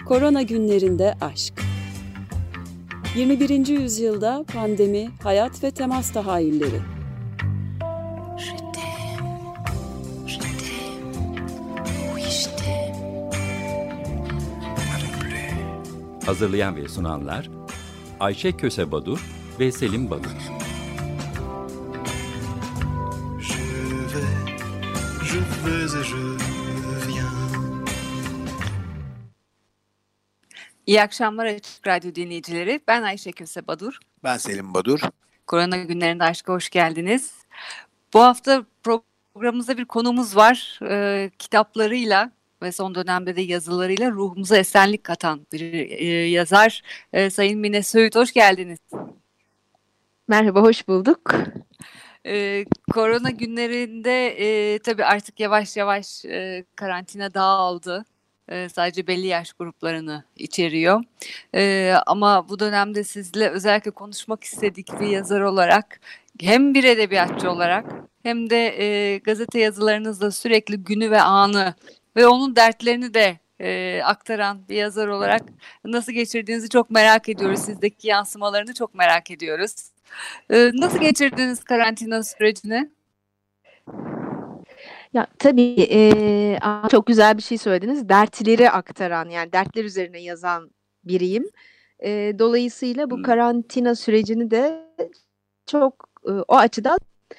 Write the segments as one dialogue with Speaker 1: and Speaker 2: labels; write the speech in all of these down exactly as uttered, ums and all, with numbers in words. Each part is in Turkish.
Speaker 1: Korona günlerinde aşk. yirmi birinci yüzyılda pandemi, hayat ve temas tahayyülleri.
Speaker 2: Hazırlayan ve sunanlar Ayşe Köse Badur ve Selim Badur.
Speaker 3: İyi akşamlar Açık Radyo dinleyicileri. Ben Ayşe Köse Badur.
Speaker 4: Ben Selim Badur.
Speaker 3: Korona günlerinde aşka hoş geldiniz. Bu hafta programımızda bir konumuz var. Ee, kitaplarıyla ve son dönemde de yazılarıyla ruhumuza esenlik katan bir e, yazar. E, Sayın Mine Söğüt, hoş geldiniz.
Speaker 5: Merhaba, hoş bulduk.
Speaker 3: Ee, korona günlerinde e, tabii artık yavaş yavaş e, karantina dağıldı. E, sadece belli yaş gruplarını içeriyor. E, ama bu dönemde sizle özellikle konuşmak istedik bir yazar olarak, hem bir edebiyatçı olarak hem de e, gazete yazılarınızda sürekli günü ve anı ve onun dertlerini de e, aktaran bir yazar olarak nasıl geçirdiğinizi çok merak ediyoruz. Sizdeki yansımalarını çok merak ediyoruz. E, nasıl geçirdiniz karantina sürecini?
Speaker 5: Ya tabii e, çok güzel bir şey söylediniz. Dertleri aktaran, yani dertler üzerine yazan biriyim. E, dolayısıyla bu karantina sürecini de çok e, o açıdan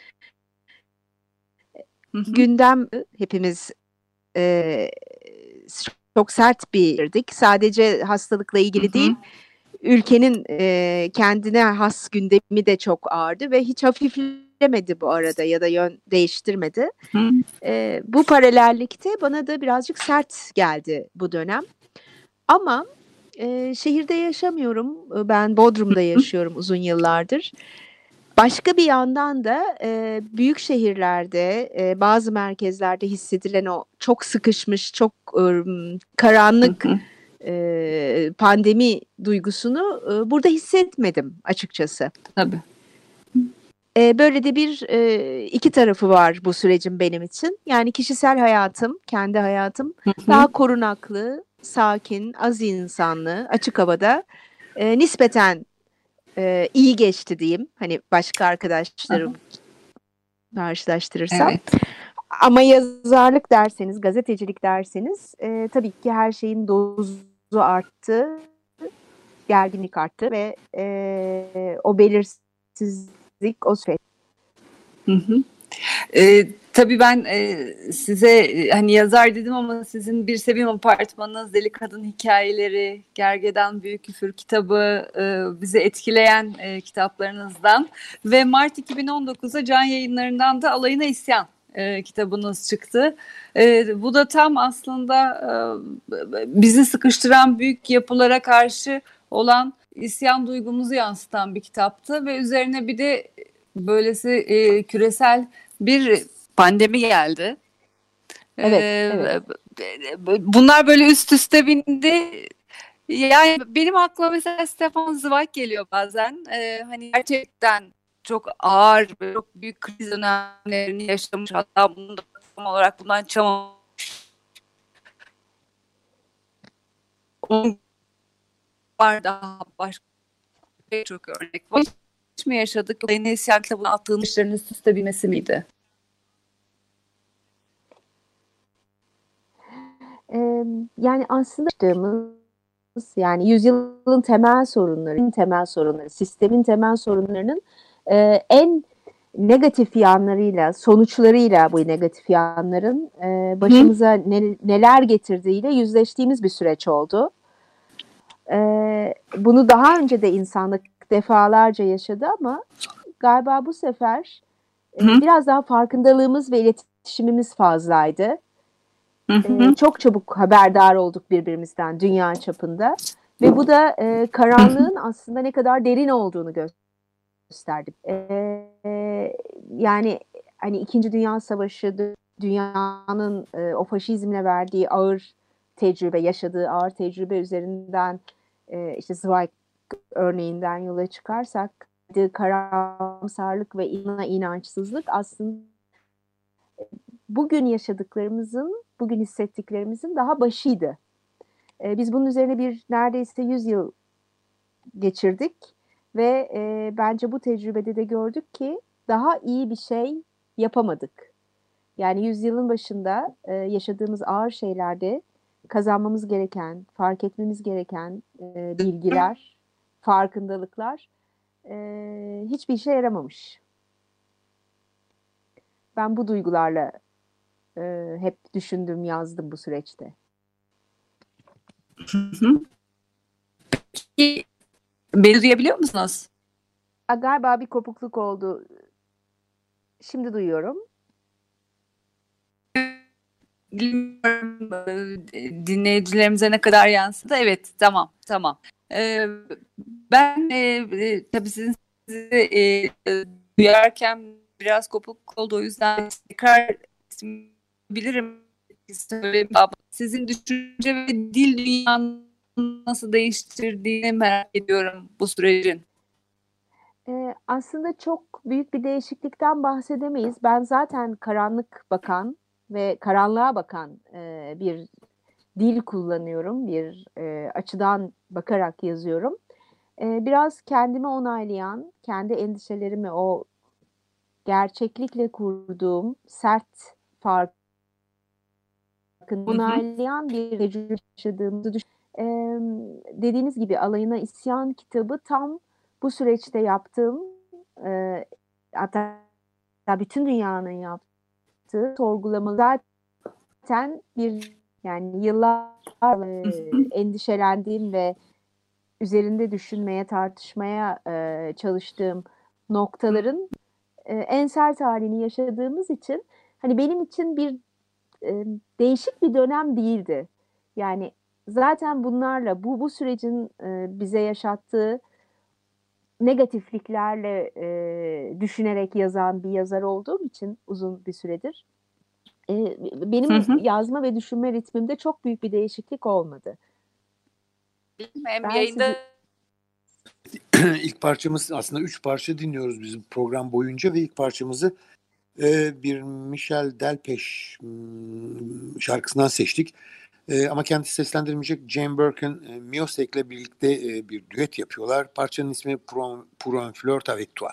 Speaker 3: Hı hı.
Speaker 5: gündem hepimiz e, çok sert birdik. Sadece hastalıkla ilgili
Speaker 3: Hı hı.
Speaker 5: değil, ülkenin e, kendine has gündemi de çok ağırdı ve hiç hafiflemedi bu arada ya da yön değiştirmedi.
Speaker 3: Hı.
Speaker 5: E, bu paralellikte bana da birazcık sert geldi bu dönem. Ama e, şehirde yaşamıyorum. Ben Bodrum'da yaşıyorum uzun yıllardır. Başka bir yandan da e, büyük şehirlerde, e, bazı merkezlerde hissedilen o çok sıkışmış, çok e, karanlık
Speaker 3: Hı hı.
Speaker 5: e, pandemi duygusunu e, burada hissetmedim açıkçası.
Speaker 3: Tabii.
Speaker 5: E, böyle de bir e, iki tarafı var bu sürecin benim için. Yani kişisel hayatım, kendi hayatım
Speaker 3: Hı hı.
Speaker 5: daha korunaklı, sakin, az insanlı, açık havada e, nispeten e, iyi geçti diyeyim. Hani başka arkadaşlarım karşılaştırırsam.
Speaker 3: Evet.
Speaker 5: Ama yazarlık derseniz, gazetecilik derseniz e, tabii ki her şeyin dozu arttı, gerginlik arttı ve e, o belirsizlik, o süreç.
Speaker 3: Hı hı. Ee, tabii ben e, size e, hani yazar dedim ama sizin Bir Sevim Apartmanınız, Deli Kadın Hikayeleri, Gergedan Büyük Küfür kitabı e, bizi etkileyen e, kitaplarınızdan ve Mart iki bin on dokuzda Can Yayınları'ndan da Alayına İsyan e, kitabınız çıktı. E, bu da tam aslında e, bizi sıkıştıran büyük yapılara karşı olan isyan duygumuzu yansıtan bir kitaptı ve üzerine bir de böylesi e, küresel bir pandemi geldi.
Speaker 5: Evet,
Speaker 3: Ee,
Speaker 5: evet.
Speaker 3: Bunlar böyle üst üste bindi. Yani benim aklıma mesela Stefan Zweig geliyor bazen. Ee, hani gerçekten çok ağır, çok büyük kriz dönemlerini yaşamış. Hatta bunu da tam olarak bundan çıkamamış. Onun var daha başka çok örnek var. Hiç mi yaşadık? Yoksa yine isyan kitabına attığınız işlerin üst üste binmesi miydi?
Speaker 5: Ee, yani aslında yaptığımız, yani yüzyılın temel sorunları, temel sorunları, sistemin temel sorunlarının e, en negatif yanlarıyla, sonuçlarıyla, bu negatif yanların e, başımıza ne, neler getirdiğiyle yüzleştiğimiz bir süreç oldu. E, bunu daha önce de insanlık defalarca yaşadı ama galiba bu sefer e, biraz daha farkındalığımız ve iletişimimiz fazlaydı.
Speaker 3: Hı hı.
Speaker 5: Ee, çok çabuk haberdar olduk birbirimizden dünya çapında ve bu da e, karanlığın aslında ne kadar derin olduğunu gösterdi. Ee, yani hani İkinci Dünya Savaşı, dünyanın e, o faşizmle verdiği ağır tecrübe, yaşadığı ağır tecrübe üzerinden e, işte Zweig örneğinden yola çıkarsak, karamsarlık ve inançsızlık aslında bugün yaşadıklarımızın, bugün hissettiklerimizin daha başıydı. E, biz bunun üzerine bir neredeyse yüz yıl geçirdik ve e, bence bu tecrübede de gördük ki daha iyi bir şey yapamadık. Yani yüzyılın başında e, yaşadığımız ağır şeylerde kazanmamız gereken, fark etmemiz gereken e, bilgiler, farkındalıklar e, hiçbir işe yaramamış. Ben bu duygularla e, hep düşündüm, yazdım bu süreçte.
Speaker 3: Hı hı. Peki, beni duyabiliyor musunuz?
Speaker 5: A, galiba bir kopukluk oldu. Şimdi duyuyorum.
Speaker 3: Bilmiyorum dinleyicilerimize ne kadar yansıdı. Evet, tamam, tamam. Ee, ben e, e, tabii sizin sizi e, e, duyarken biraz kopuk oldu. O yüzden tekrar bilirim. Sizin düşünce ve dil dünyanı nasıl değiştirdiğini merak ediyorum bu sürecin.
Speaker 5: Ee, aslında çok büyük bir değişiklikten bahsedemeyiz. Ben zaten karanlık bakan ve karanlığa bakan e, bir dil kullanıyorum. Bir e, açıdan bakarak yazıyorum. E, biraz kendimi onaylayan, kendi endişelerimi o gerçeklikle kurduğum sert farkını onaylayan bir tecrübe yaşadığımızı düşünüyorum. E, dediğiniz gibi Alayına İsyan kitabı tam bu süreçte yaptığım, e, hatta bütün dünyanın yaptığı sorgulama zaten bir, yani yıllar e, endişelendiğim ve üzerinde düşünmeye, tartışmaya e, çalıştığım noktaların e, en sert halini yaşadığımız için hani benim için bir e, değişik bir dönem değildi. Yani zaten bunlarla bu bu sürecin e, bize yaşattığı negatifliklerle e, düşünerek yazan bir yazar olduğum için uzun bir süredir e, benim
Speaker 3: Hı hı.
Speaker 5: yazma ve düşünme ritmimde çok büyük bir değişiklik olmadı.
Speaker 3: Hem
Speaker 5: Ben
Speaker 3: yayında
Speaker 5: sizi...
Speaker 4: İlk parçamız aslında üç parça dinliyoruz bizim program boyunca ve ilk parçamızı e, bir Michel Delpech m, şarkısından seçtik. E, ama kendisi seslendirmeyecek. Jane Birkin e, Miosek'le birlikte e, bir düet yapıyorlar. Parçanın ismi Pour un, Pour un flirt avec toi.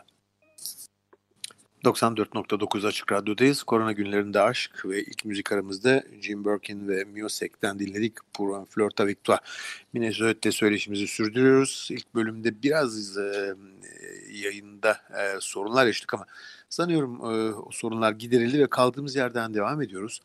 Speaker 4: doksan dört nokta dokuz Açık Radyo'dayız. Korona günlerinde aşk ve ilk müzik aramızda Jim Birkin ve Miosek'ten dinledik. Pour un flirt avec toi. Minnesota'da söyleşimizi sürdürüyoruz. İlk bölümde biraz e, yayında e, sorunlar yaşadık ama sanıyorum e, o sorunlar giderildi ve kaldığımız yerden devam ediyoruz.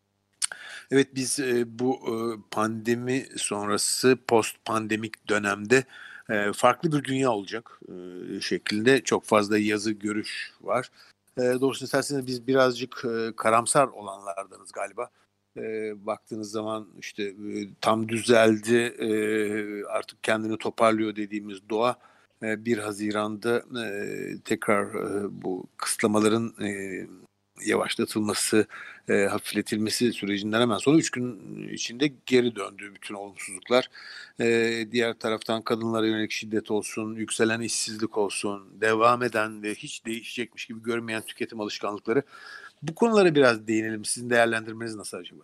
Speaker 4: Evet, biz e, bu e, pandemi sonrası post pandemik dönemde e, farklı bir dünya olacak e, şeklinde çok fazla yazı, görüş var. E, doğrusunu isterseniz biz birazcık e, karamsar olanlardanız galiba. E, baktığınız zaman işte e, tam düzeldi, e, artık kendini toparlıyor dediğimiz doğa e, bir Haziran'da e, tekrar e, bu kısıtlamaların e, yavaşlatılması, e, hafifletilmesi sürecinden hemen sonra üç gün içinde geri döndü bütün olumsuzluklar. E, diğer taraftan kadınlara yönelik şiddet olsun, yükselen işsizlik olsun, devam eden ve hiç değişecekmiş gibi görmeyen tüketim alışkanlıkları. Bu konulara biraz değinelim. Sizin değerlendirmeniz nasıl acaba?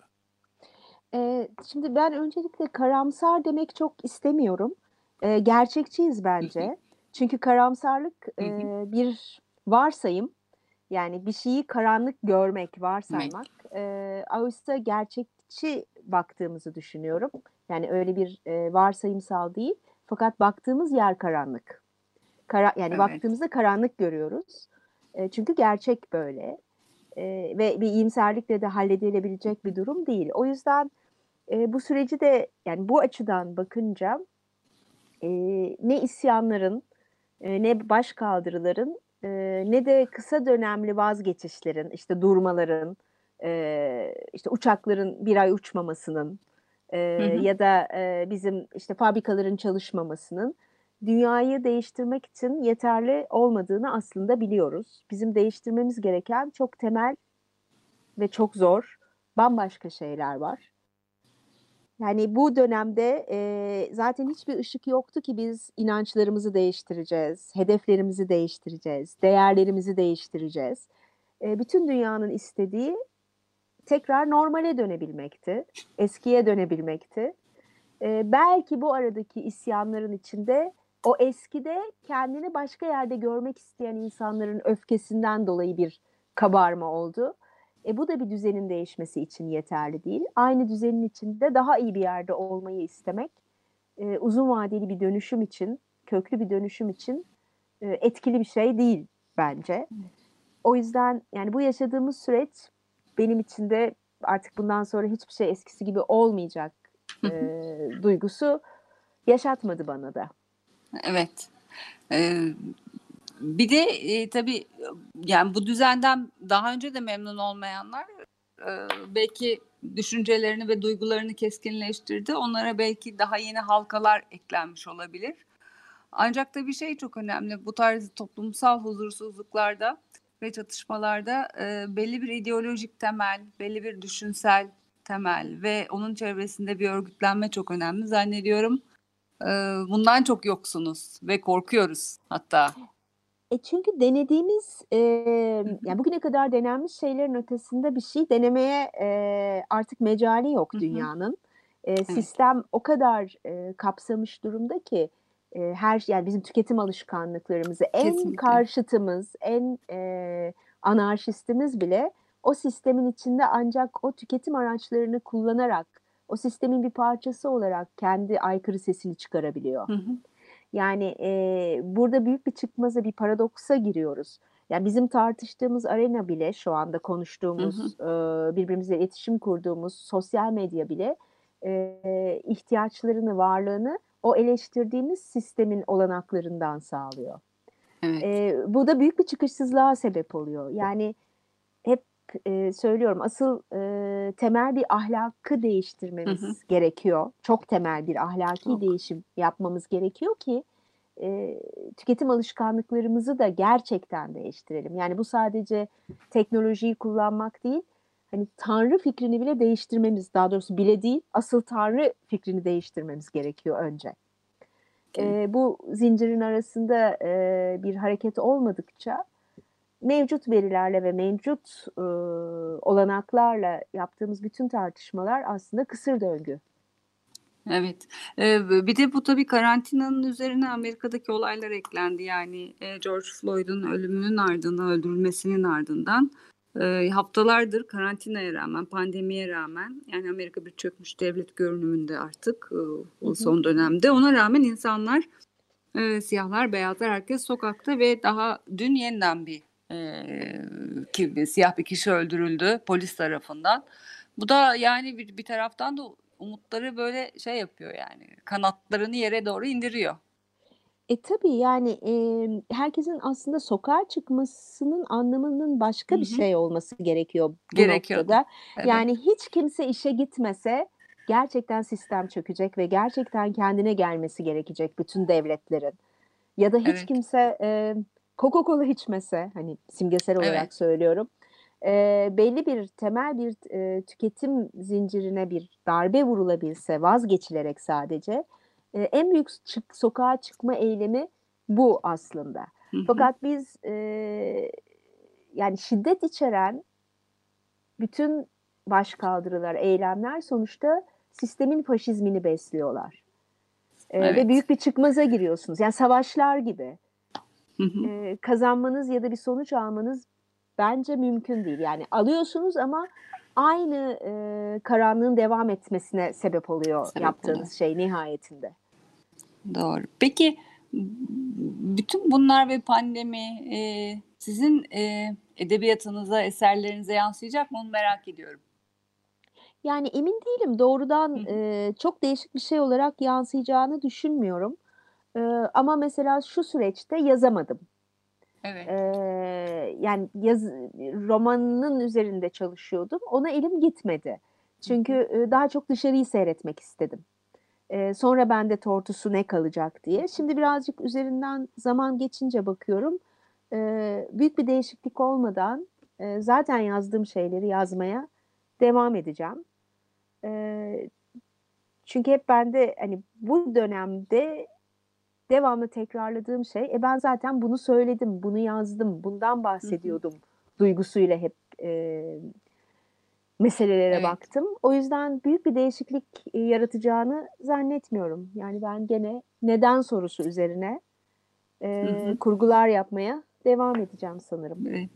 Speaker 5: Ee, şimdi ben öncelikle karamsar demek çok istemiyorum. Ee, gerçekçiyiz bence. Çünkü karamsarlık e, bir varsayım. Yani bir şeyi karanlık görmek, varsaymak. Ee, oysa gerçekçi baktığımızı düşünüyorum. Yani öyle bir e, varsayımsal değil. Fakat baktığımız yer karanlık. Kara, yani
Speaker 3: Evet.
Speaker 5: baktığımızda karanlık görüyoruz. E, çünkü gerçek böyle. E, ve bir iyimserlikle de halledilebilecek bir durum değil. O yüzden e, bu süreci de yani bu açıdan bakınca e, ne isyanların, e, ne başkaldırıların, e, ne de kısa dönemli vazgeçişlerin, işte durmaların, e, işte uçakların bir ay uçmamasının e, ya da e, bizim işte fabrikaların çalışmamasının dünyayı değiştirmek için yeterli olmadığını aslında biliyoruz. Bizim değiştirmemiz gereken çok temel ve çok zor, bambaşka şeyler var. Yani bu dönemde e, zaten hiçbir ışık yoktu ki biz inançlarımızı değiştireceğiz, hedeflerimizi değiştireceğiz, değerlerimizi değiştireceğiz. E, bütün dünyanın istediği tekrar normale dönebilmekti, eskiye dönebilmekti. E, belki bu aradaki isyanların içinde o eskide kendini başka yerde görmek isteyen insanların öfkesinden dolayı bir kabarma oldu. E, bu da bir düzenin değişmesi için yeterli değil. Aynı düzenin içinde daha iyi bir yerde olmayı istemek e, uzun vadeli bir dönüşüm için, köklü bir dönüşüm için e, etkili bir şey değil bence. O yüzden yani bu yaşadığımız süreç benim için de artık bundan sonra hiçbir şey eskisi gibi olmayacak e, duygusu yaşatmadı bana da.
Speaker 3: Evet. Ee, bir de e, tabii yani bu düzenden daha önce de memnun olmayanlar e, belki düşüncelerini ve duygularını keskinleştirdi. Onlara belki daha yeni halkalar eklenmiş olabilir. Ancak da bir şey çok önemli. Bu tarz toplumsal huzursuzluklarda ve çatışmalarda e, belli bir ideolojik temel, belli bir düşünsel temel ve onun çevresinde bir örgütlenme çok önemli. Zannediyorum e, bundan çok yoksunuz ve korkuyoruz hatta.
Speaker 5: E çünkü denediğimiz, e, yani bugüne kadar denenmiş şeylerin ötesinde bir şey denemeye e, artık mecali yok dünyanın. E,
Speaker 3: Evet.
Speaker 5: Sistem o kadar e, kapsamış durumda ki e, her yani bizim tüketim alışkanlıklarımızı en
Speaker 3: Kesinlikle.
Speaker 5: karşıtımız, en e, anarşistimiz bile o sistemin içinde ancak o tüketim araçlarını kullanarak, o sistemin bir parçası olarak kendi aykırı sesini çıkarabiliyor.
Speaker 3: Hı hı.
Speaker 5: Yani e, burada büyük bir çıkmaza, bir paradoksa giriyoruz. Yani bizim tartıştığımız arena bile, şu anda konuştuğumuz,
Speaker 3: Hı
Speaker 5: e, birbirimizle iletişim kurduğumuz sosyal medya bile e, ihtiyaçlarını, varlığını o eleştirdiğimiz sistemin olanaklarından sağlıyor.
Speaker 3: Evet.
Speaker 5: E, bu da büyük bir çıkışsızlığa sebep oluyor. Yani hep e, söylüyorum, asıl e, temel bir ahlakı değiştirmemiz
Speaker 3: Hı hı.
Speaker 5: gerekiyor. Çok temel bir ahlaki
Speaker 3: Çok.
Speaker 5: değişim yapmamız gerekiyor ki e, tüketim alışkanlıklarımızı da gerçekten değiştirelim. Yani bu sadece teknolojiyi kullanmak değil, hani Tanrı fikrini bile değiştirmemiz, daha doğrusu bile değil, asıl Tanrı fikrini değiştirmemiz gerekiyor önce. E, bu zincirin arasında e, bir hareket olmadıkça mevcut verilerle ve mevcut e, olanaklarla yaptığımız bütün tartışmalar aslında kısır döngü.
Speaker 3: Evet. Ee, bir de bu tabii karantinanın üzerine Amerika'daki olaylar eklendi. Yani e, George Floyd'un ölümünün ardından, öldürülmesinin ardından e, haftalardır karantinaya rağmen, pandemiye rağmen, yani Amerika bir çökmüş devlet görünümünde artık e, o son dönemde. Ona rağmen insanlar, e, siyahlar, beyazlar, herkes sokakta ve daha dün yeniden bir e, ki, bir siyah bir kişi öldürüldü polis tarafından. Bu da yani bir, bir taraftan da umutları böyle şey yapıyor, yani kanatlarını yere doğru indiriyor.
Speaker 5: E tabii yani e, herkesin aslında sokağa çıkmasının anlamının başka
Speaker 3: Hı
Speaker 5: bir
Speaker 3: hı.
Speaker 5: şey olması gerekiyor bu
Speaker 3: Gerekiyordu.
Speaker 5: noktada.
Speaker 3: Evet.
Speaker 5: Yani hiç kimse işe gitmese gerçekten sistem çökecek ve gerçekten kendine gelmesi gerekecek bütün devletlerin. Ya da hiç
Speaker 3: Evet.
Speaker 5: kimse e, Coca-Cola içmese, hani simgesel olarak
Speaker 3: Evet.
Speaker 5: söylüyorum, e, belli bir temel bir e, tüketim zincirine bir darbe vurulabilse, vazgeçilerek sadece, e, en büyük çık, sokağa çıkma eylemi bu aslında.
Speaker 3: Hı hı.
Speaker 5: Fakat biz e, yani şiddet içeren bütün başkaldırılar, eylemler sonuçta sistemin faşizmini besliyorlar. E,
Speaker 3: Evet.
Speaker 5: ve büyük bir çıkmaza giriyorsunuz. Yani savaşlar gibi.
Speaker 3: Hı hı.
Speaker 5: E, kazanmanız ya da bir sonuç almanız bence mümkün değil. Yani alıyorsunuz ama aynı e, karanlığın devam etmesine sebep oluyor
Speaker 3: Sebep
Speaker 5: yaptığınız
Speaker 3: oluyor.
Speaker 5: şey nihayetinde.
Speaker 3: Doğru. Peki bütün bunlar ve pandemi e, sizin e, edebiyatınıza, eserlerinize yansıyacak mı, onu merak ediyorum.
Speaker 5: Yani emin değilim, doğrudan
Speaker 3: Hı hı.
Speaker 5: e, çok değişik bir şey olarak yansıyacağını düşünmüyorum. E, ama mesela şu süreçte yazamadım.
Speaker 3: Evet.
Speaker 5: E, yani yaz, romanının üzerinde çalışıyordum. Ona elim gitmedi. Çünkü e, daha çok dışarıyı seyretmek istedim. E, sonra bende tortusu ne kalacak diye. Şimdi birazcık üzerinden zaman geçince bakıyorum. E, büyük bir değişiklik olmadan e, zaten yazdığım şeyleri yazmaya devam edeceğim. E, çünkü hep bende hani bu dönemde devamlı tekrarladığım şey, e ben zaten bunu söyledim, bunu yazdım, bundan bahsediyordum duygusuyla hep e, meselelere
Speaker 3: Evet.
Speaker 5: baktım. O yüzden büyük bir değişiklik e, yaratacağını zannetmiyorum. Yani ben gene neden sorusu üzerine e,
Speaker 3: Hı hı.
Speaker 5: kurgular yapmaya devam edeceğim sanırım.
Speaker 3: Evet.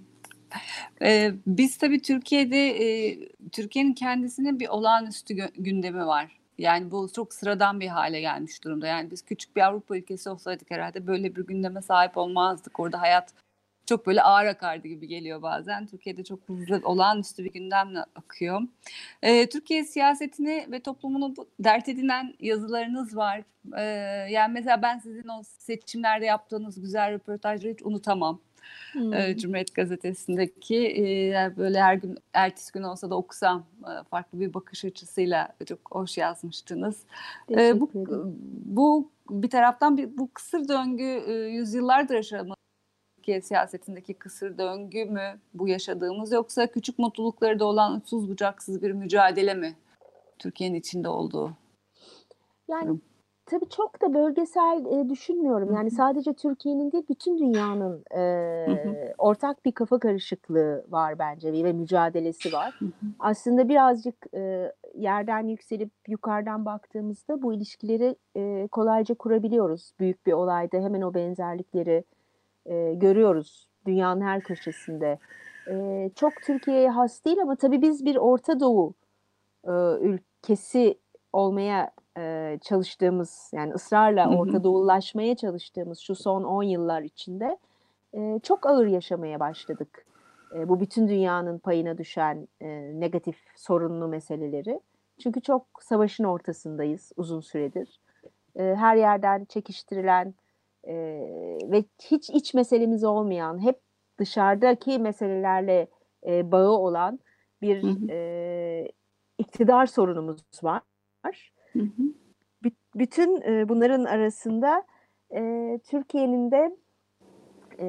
Speaker 3: Ee, biz tabii Türkiye'de e, Türkiye'nin kendisinin bir olağanüstü gö- gündemi var. Yani bu çok sıradan bir hale gelmiş durumda. Yani biz küçük bir Avrupa ülkesi olsaydık herhalde böyle bir gündeme sahip olmazdık. Orada hayat çok böyle ağır akardı gibi geliyor bazen. Türkiye'de çok hızlı, olağanüstü bir gündemle akıyor. Ee, Türkiye siyasetini ve toplumunu bu- dert edinen yazılarınız var. Ee, yani mesela ben sizin o seçimlerde yaptığınız güzel röportajları hiç unutamam.
Speaker 5: Hmm.
Speaker 3: e, Cumhuriyet Gazetesi'ndeki e, böyle her gün ertesi gün olsa da okusam e, farklı bir bakış açısıyla çok hoş yazmıştınız. E, bu
Speaker 5: Teşekkür ederim.
Speaker 3: bu bir taraftan bir, bu kısır döngü e, yüzyıllardır yaşadığımız Türkiye siyasetindeki kısır döngü mü bu yaşadığımız, yoksa küçük mutlulukları da olan uçsuz bucaksız bir mücadele mi Türkiye'nin içinde olduğu
Speaker 5: Yani
Speaker 3: durum?
Speaker 5: tabii çok da bölgesel e, düşünmüyorum. Yani sadece Türkiye'nin değil, bütün dünyanın e,
Speaker 3: Hı hı.
Speaker 5: ortak bir kafa karışıklığı var bence ve mücadelesi var.
Speaker 3: Hı hı.
Speaker 5: Aslında birazcık e, yerden yükselip yukarıdan baktığımızda bu ilişkileri e, kolayca kurabiliyoruz. Büyük bir olayda hemen o benzerlikleri e, görüyoruz dünyanın her köşesinde. E, çok Türkiye'ye has değil ama tabii biz bir Orta Doğu e, ülkesi olmaya e, çalıştığımız, yani ısrarla
Speaker 3: Hı hı.
Speaker 5: Orta Doğulaşmaya çalıştığımız şu son on yıllar içinde e, çok ağır yaşamaya başladık. E, bu bütün dünyanın payına düşen e, negatif, sorunlu meseleleri. Çünkü çok savaşın ortasındayız uzun süredir. E, her yerden çekiştirilen e, ve hiç iç meselemiz olmayan, hep dışarıdaki meselelerle e, bağı olan
Speaker 3: Hı
Speaker 5: bir
Speaker 3: hı.
Speaker 5: e, iktidar sorunumuz var.
Speaker 3: Hı hı.
Speaker 5: B- bütün e, bunların arasında e, Türkiye'nin de e,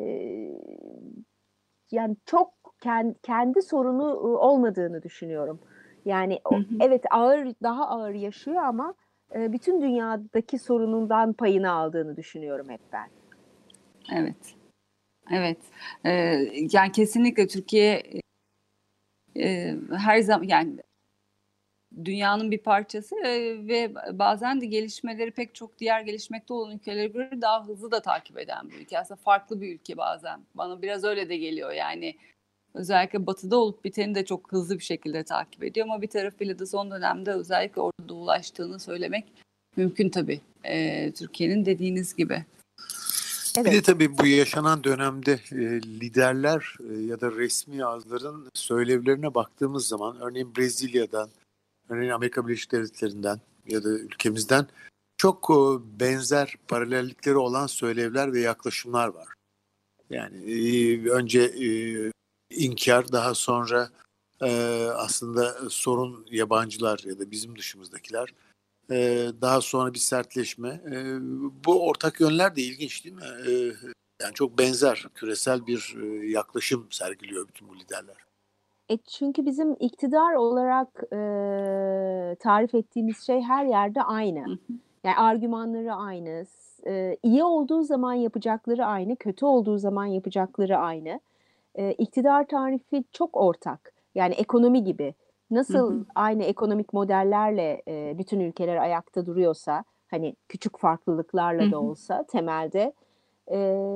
Speaker 5: yani çok kendi, kendi sorunu e, olmadığını düşünüyorum. Yani
Speaker 3: Hı
Speaker 5: o,
Speaker 3: hı.
Speaker 5: evet, ağır, daha ağır yaşıyor ama e, bütün dünyadaki sorunundan payını aldığını düşünüyorum hep ben.
Speaker 3: Evet. Evet. Ee, yani kesinlikle Türkiye e, her zaman yani dünyanın bir parçası e, ve bazen de gelişmeleri pek çok diğer gelişmekte olan ülkelere göre daha hızlı da takip eden bir ülke. Aslında farklı bir ülke bazen. Bana biraz öyle de geliyor. Yani özellikle batıda olup biteni de çok hızlı bir şekilde takip ediyor ama bir tarafıyla da son dönemde özellikle orada ulaştığını söylemek mümkün tabii. E, Türkiye'nin dediğiniz gibi.
Speaker 4: Bir de
Speaker 5: Evet.
Speaker 4: tabii bu yaşanan dönemde e, liderler e, ya da resmi ağızların söylevlerine baktığımız zaman, örneğin Brezilya'dan, örneğin Amerika Birleşik Devletleri'nden ya da ülkemizden çok e, benzer paralellikleri olan söylevler ve yaklaşımlar var. Yani e, önce e, inkar, daha sonra e, aslında sorun yabancılar ya da bizim dışımızdakiler. Ee, daha sonra bir sertleşme. Ee, bu ortak yönler de ilginç değil mi? Ee, yani çok benzer, küresel bir e, yaklaşım sergiliyor bütün bu liderler.
Speaker 5: E çünkü bizim iktidar olarak e, tarif ettiğimiz şey her yerde aynı.
Speaker 3: Hı hı.
Speaker 5: Yani argümanları aynı. E, iyi olduğu zaman yapacakları aynı, kötü olduğu zaman yapacakları aynı. E, iktidar tarifi çok ortak. Yani ekonomi gibi.
Speaker 3: Hı
Speaker 5: Nasıl
Speaker 3: hı.
Speaker 5: aynı ekonomik modellerle e, bütün ülkeler ayakta duruyorsa, hani küçük
Speaker 3: Hı
Speaker 5: farklılıklarla da
Speaker 3: hı.
Speaker 5: olsa temelde, e,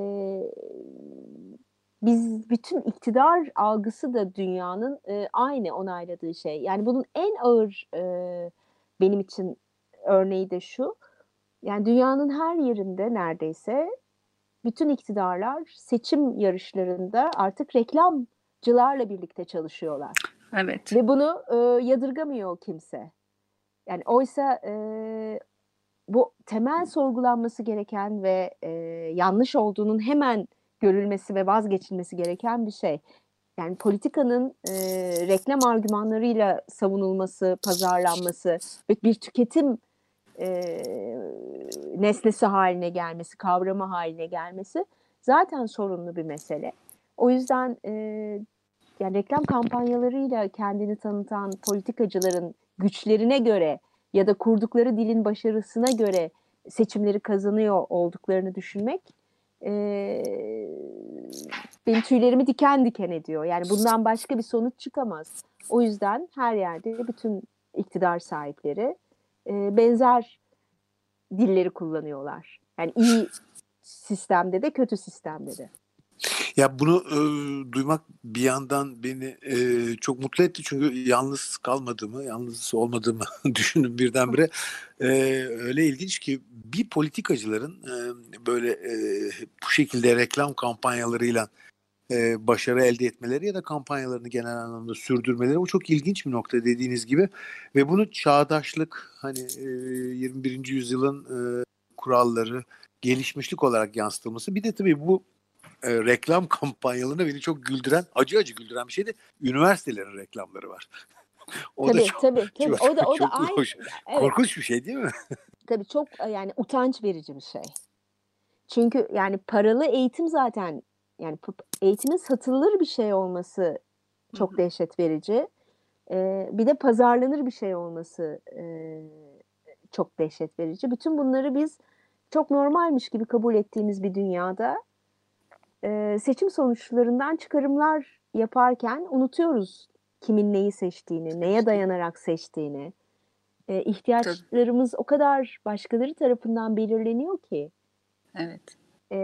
Speaker 5: biz bütün iktidar algısı da dünyanın e, aynı onayladığı şey. Yani bunun en ağır e, benim için örneği de şu. Yani dünyanın her yerinde neredeyse bütün iktidarlar seçim yarışlarında artık reklamcılarla birlikte çalışıyorlar.
Speaker 3: Evet.
Speaker 5: Ve bunu e, yadırgamıyor kimse. Yani oysa e, bu temel sorgulanması gereken ve e, yanlış olduğunun hemen görülmesi ve vazgeçilmesi gereken bir şey. Yani politikanın e, reklam argümanlarıyla savunulması, pazarlanması ve bir tüketim e, nesnesi haline gelmesi, kavramı haline gelmesi zaten sorunlu bir mesele. O yüzden e, yani reklam kampanyalarıyla kendini tanıtan politikacıların güçlerine göre ya da kurdukları dilin başarısına göre seçimleri kazanıyor olduklarını düşünmek e, benim tüylerimi diken diken ediyor. Yani bundan başka bir sonuç çıkamaz. O yüzden her yerde bütün iktidar sahipleri e, benzer dilleri kullanıyorlar. Yani iyi sistemde de kötü sistemde de.
Speaker 4: Ya bunu e, duymak bir yandan beni e, çok mutlu etti çünkü yalnız kalmadığımı, yalnız olmadığımı düşündüm birdenbire. E, öyle ilginç ki bir politikacıların e, böyle e, bu şekilde reklam kampanyalarıyla e, başarı elde etmeleri ya da kampanyalarını genel anlamda sürdürmeleri, o çok ilginç bir nokta dediğiniz gibi. Ve bunu çağdaşlık, hani e, yirmi birinci yüzyılın e, kuralları, gelişmişlik olarak yansıtılması. Bir de tabii bu e, reklam kampanyalarında beni çok güldüren, acı acı güldüren bir şey de üniversitelerin reklamları var. O
Speaker 5: tabii,
Speaker 4: da çok,
Speaker 5: tabii, tabii.
Speaker 4: çok,
Speaker 5: O da o da
Speaker 4: çok
Speaker 5: aynı.
Speaker 4: hoş,
Speaker 5: Evet.
Speaker 4: korkunç bir şey değil mi?
Speaker 5: Tabii çok yani utanç verici bir şey. Çünkü yani paralı eğitim zaten, yani eğitimin satılır bir şey olması çok Hı-hı. dehşet verici. Ee, bir de pazarlanır bir şey olması e, çok dehşet verici. Bütün bunları biz çok normalmiş gibi kabul ettiğimiz bir dünyada e, seçim sonuçlarından çıkarımlar yaparken unutuyoruz kimin neyi seçtiğini, neye dayanarak seçtiğini. E, ihtiyaçlarımız Tabii. o kadar başkaları tarafından belirleniyor ki.
Speaker 3: Evet.
Speaker 5: E,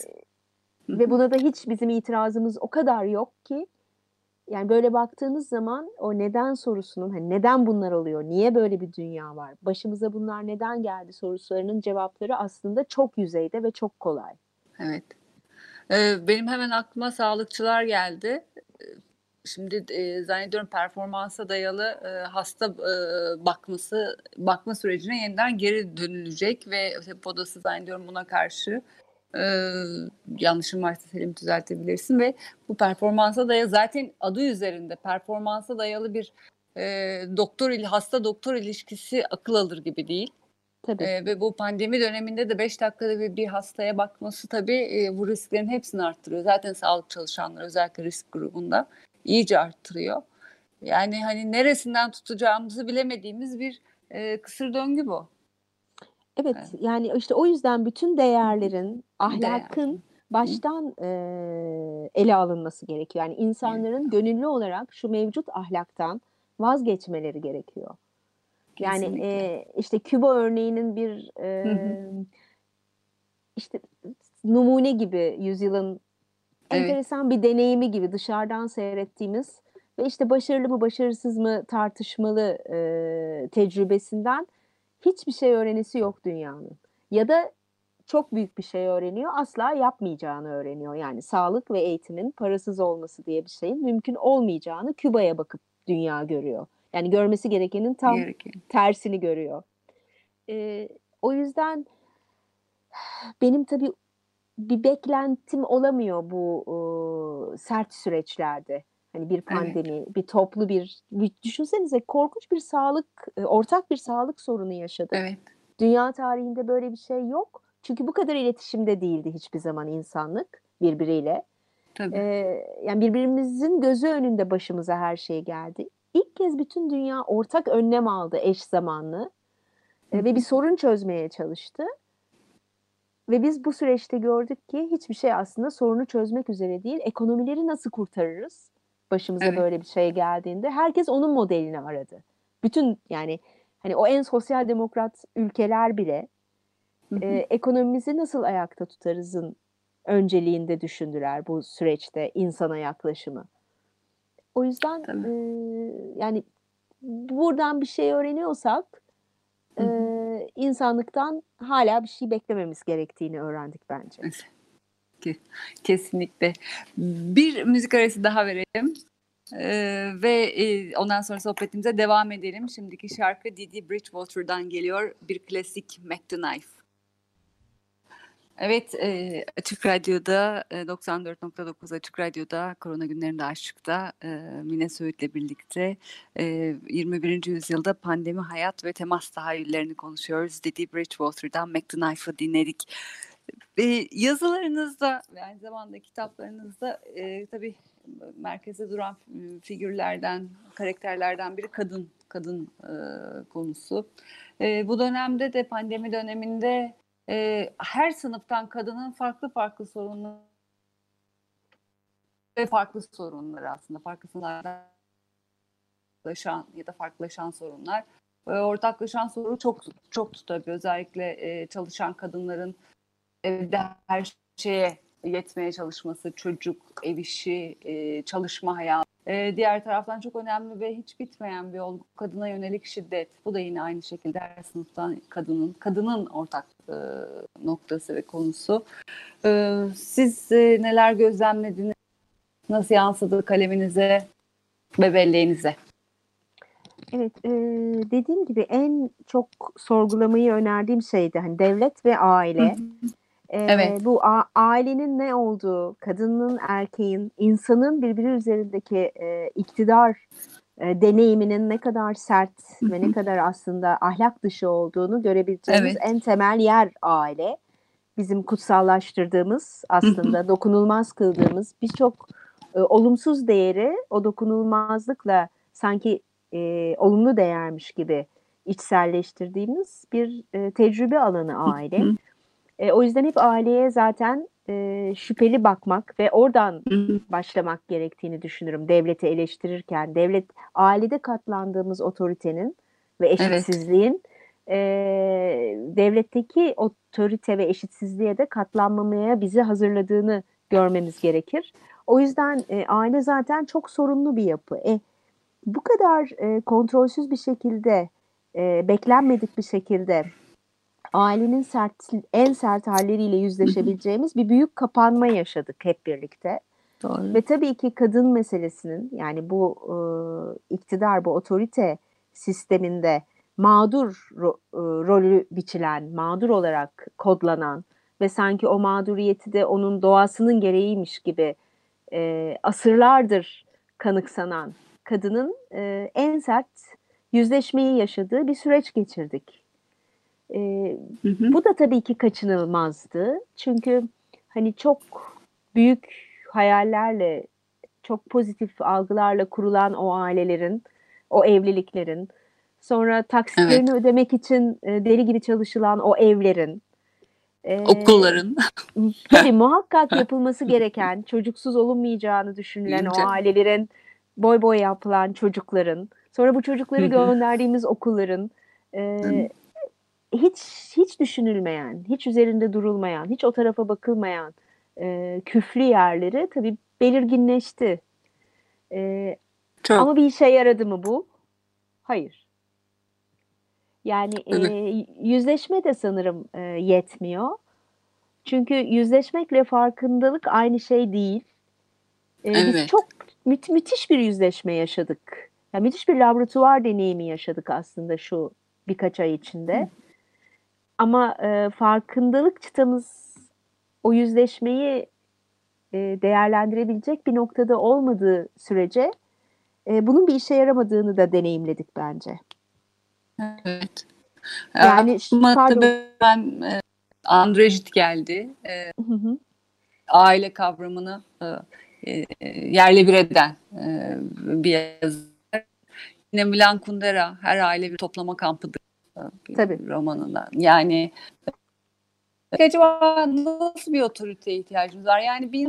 Speaker 5: ve buna da hiç bizim itirazımız o kadar yok ki. Yani böyle baktığınız zaman o neden sorusunun, hani neden bunlar oluyor, niye böyle bir dünya var, başımıza bunlar neden geldi sorularının cevapları aslında çok yüzeyde ve çok kolay.
Speaker 3: Evet. Ee, benim hemen aklıma sağlıkçılar geldi. Şimdi e, zannediyorum performansa dayalı e, hasta e, bakması bakma sürecine yeniden geri dönülecek ve Podası zannediyorum buna karşı e, yanlışım varsa Selim düzeltebilirsin ve bu performansa dayalı, zaten adı üzerinde performansa dayalı bir e, doktor il hasta doktor ilişkisi akıl alır gibi değil.
Speaker 5: Tabii.
Speaker 3: Ee, ve bu pandemi döneminde de beş dakikada bir, bir hastaya bakması tabii e, bu risklerin hepsini arttırıyor. Zaten sağlık çalışanları özellikle risk grubunda iyice arttırıyor. Yani hani neresinden tutacağımızı bilemediğimiz bir e, kısır döngü bu.
Speaker 5: Evet, evet, yani işte o yüzden bütün değerlerin, ahlakın
Speaker 3: Değer.
Speaker 5: baştan e, ele alınması gerekiyor. Yani insanların evet. gönüllü olarak şu mevcut ahlaktan vazgeçmeleri gerekiyor. Yani e, işte Küba örneğinin bir e, hı hı. işte numune gibi yüzyılın evet. enteresan bir deneyimi gibi dışarıdan seyrettiğimiz ve işte başarılı mı başarısız mı tartışmalı e, tecrübesinden hiçbir şey öğrenisi yok dünyanın. Ya da çok büyük bir şey öğreniyor, asla yapmayacağını öğreniyor. Yani sağlık ve eğitimin parasız olması diye bir şeyin mümkün olmayacağını Küba'ya bakıp dünya görüyor. Yani görmesi gerekenin tam Gereken. tersini görüyor. Ee, o yüzden benim tabii bir beklentim olamıyor bu e, sert süreçlerde. Hani bir pandemi, evet. bir toplu bir, bir düşünsenize korkunç bir sağlık, e, ortak bir sağlık sorunu yaşadık.
Speaker 3: Evet.
Speaker 5: Dünya tarihinde böyle bir şey yok. Çünkü bu kadar iletişimde değildi hiçbir zaman insanlık birbiriyle.
Speaker 3: Tabii.
Speaker 5: Ee, yani birbirimizin gözü önünde başımıza her şey geldi. İlk kez bütün dünya ortak önlem aldı eş zamanlı ee, ve bir sorun çözmeye çalıştı. Ve biz bu süreçte gördük ki hiçbir şey aslında sorunu çözmek üzere değil. Ekonomileri nasıl kurtarırız? Başımıza evet. böyle bir şey geldiğinde herkes onun modelini aradı. Bütün yani hani o en sosyal demokrat ülkeler bile e, ekonomimizi nasıl ayakta tutarızın önceliğinde düşündüler bu süreçte insana yaklaşımı. O yüzden e, yani buradan bir şey öğreniyorsak e, insanlıktan hala bir şey beklememiz gerektiğini öğrendik bence.
Speaker 3: Kesinlikle. Bir müzik arası daha verelim. Ee, ve e, ondan sonra sohbetimize devam edelim. Şimdiki şarkı Didi Bridgewater'dan geliyor. Bir klasik Mac the Knife. Evet, e, Açık Radyo'da e, doksan dört nokta dokuz Açık Radyo'da Korona Günlerinde Aşık'ta e, Mine Söğüt'le birlikte e, yirmi birinci yüzyılda pandemi, hayat ve temas tahayyüllerini konuşuyoruz. Didi Bridgewater'dan Mac the Knife'ı dinledik. E, yazılarınızda ve aynı zamanda kitaplarınızda e, tabii merkezde duran figürlerden, karakterlerden biri kadın, kadın e, konusu. E, bu dönemde de pandemi döneminde e, her sınıftan kadının farklı farklı sorunları ve farklı sorunları aslında farklı sınıflardan farklılaşan ya da farklılaşan sorunlar. E, ortaklaşan sorun çok çok tabii özellikle e, çalışan kadınların evde her şeye yetmeye çalışması, çocuk, ev işi, e, çalışma hayatı. E, diğer taraftan çok önemli ve hiç bitmeyen bir olgu kadına yönelik şiddet. Bu da yine aynı şekilde her sınıftan kadının, kadının ortak e, noktası ve konusu. E, siz e, neler gözlemlediniz? Nasıl yansıdı kaleminize ve belleğinize?
Speaker 5: Evet, e, dediğim gibi en çok sorgulamayı önerdiğim şeydi hani devlet ve aile.
Speaker 3: Hı hı.
Speaker 5: E,
Speaker 3: Evet.
Speaker 5: Bu a- ailenin ne olduğu, kadının, erkeğin, insanın birbiri üzerindeki e, iktidar e, deneyiminin ne kadar sert
Speaker 3: Hı
Speaker 5: ve ne
Speaker 3: hı.
Speaker 5: kadar aslında ahlak dışı olduğunu görebileceğimiz
Speaker 3: Evet.
Speaker 5: en temel yer aile. Bizim kutsallaştırdığımız,
Speaker 3: Hı hı.
Speaker 5: aslında dokunulmaz kıldığımız birçok e, olumsuz değeri o dokunulmazlıkla sanki e, olumlu değermiş gibi içselleştirdiğimiz bir e, tecrübe alanı aile.
Speaker 3: Hı
Speaker 5: E, o yüzden hep aileye zaten e, şüpheli bakmak ve oradan
Speaker 3: hı.
Speaker 5: başlamak gerektiğini düşünürüm. Devleti eleştirirken, devlet ailede katlandığımız otoritenin ve
Speaker 3: Evet.
Speaker 5: eşitsizliğin e, devletteki otorite ve eşitsizliğe de katlanmamaya bizi hazırladığını görmemiz gerekir. O yüzden e, aile zaten çok sorunlu bir yapı. E, bu kadar e, kontrolsüz bir şekilde, e, beklenmedik bir şekilde ailenin sert, en sert halleriyle yüzleşebileceğimiz bir büyük kapanma yaşadık hep birlikte.
Speaker 3: Doğru.
Speaker 5: Ve tabii ki kadın meselesinin yani bu e, iktidar, bu otorite sisteminde mağdur ro- e, rolü biçilen, mağdur olarak kodlanan ve sanki o mağduriyeti de onun doğasının gereğiymiş gibi e, asırlardır kanıksanan kadının e, en sert yüzleşmeyi yaşadığı bir süreç geçirdik. E,
Speaker 3: Hı hı.
Speaker 5: Bu da tabii ki kaçınılmazdı. Çünkü hani çok büyük hayallerle, çok pozitif algılarla kurulan o ailelerin, o evliliklerin, sonra taksitlerini
Speaker 3: Evet.
Speaker 5: ödemek için e, deli gibi çalışılan o evlerin, e,
Speaker 3: Okulların
Speaker 5: tabii muhakkak yapılması gereken, çocuksuz olunmayacağını düşünülen o
Speaker 3: deyince.
Speaker 5: ailelerin, boy boy yapılan çocukların, sonra bu
Speaker 3: Hı
Speaker 5: çocukları
Speaker 3: hı.
Speaker 5: gönderdiğimiz okulların, e, hiç hiç düşünülmeyen, hiç üzerinde durulmayan, hiç o tarafa bakılmayan e, küflü yerleri tabii belirginleşti. E,
Speaker 3: Çok.
Speaker 5: Ama bir işe yaradı mı bu? Hayır. Yani e,
Speaker 3: Tabii.
Speaker 5: yüzleşme de sanırım e, yetmiyor. Çünkü yüzleşmekle farkındalık aynı şey değil. E, biz
Speaker 3: Evet.
Speaker 5: çok mü- müthiş bir yüzleşme yaşadık. Yani müthiş bir laboratuvar deneyimi yaşadık aslında şu birkaç ay içinde. Ama e, farkındalık çıtamız o yüzleşmeyi e, değerlendirebilecek bir noktada olmadığı sürece e, bunun bir işe yaramadığını da deneyimledik bence.
Speaker 3: Evet.
Speaker 5: Yani ş-
Speaker 3: Aklıma
Speaker 5: pardon.
Speaker 3: tabii ben e, Andrejit geldi. E,
Speaker 5: Hı hı.
Speaker 3: aile kavramını e, e, yerle bir eden e, bir yazar. Yine Milan Kundera her aile bir toplama kampıdır e,
Speaker 5: Tabii.
Speaker 3: bir romanında. Yani acaba nasıl bir otoriteye ihtiyacımız var? Yani bir,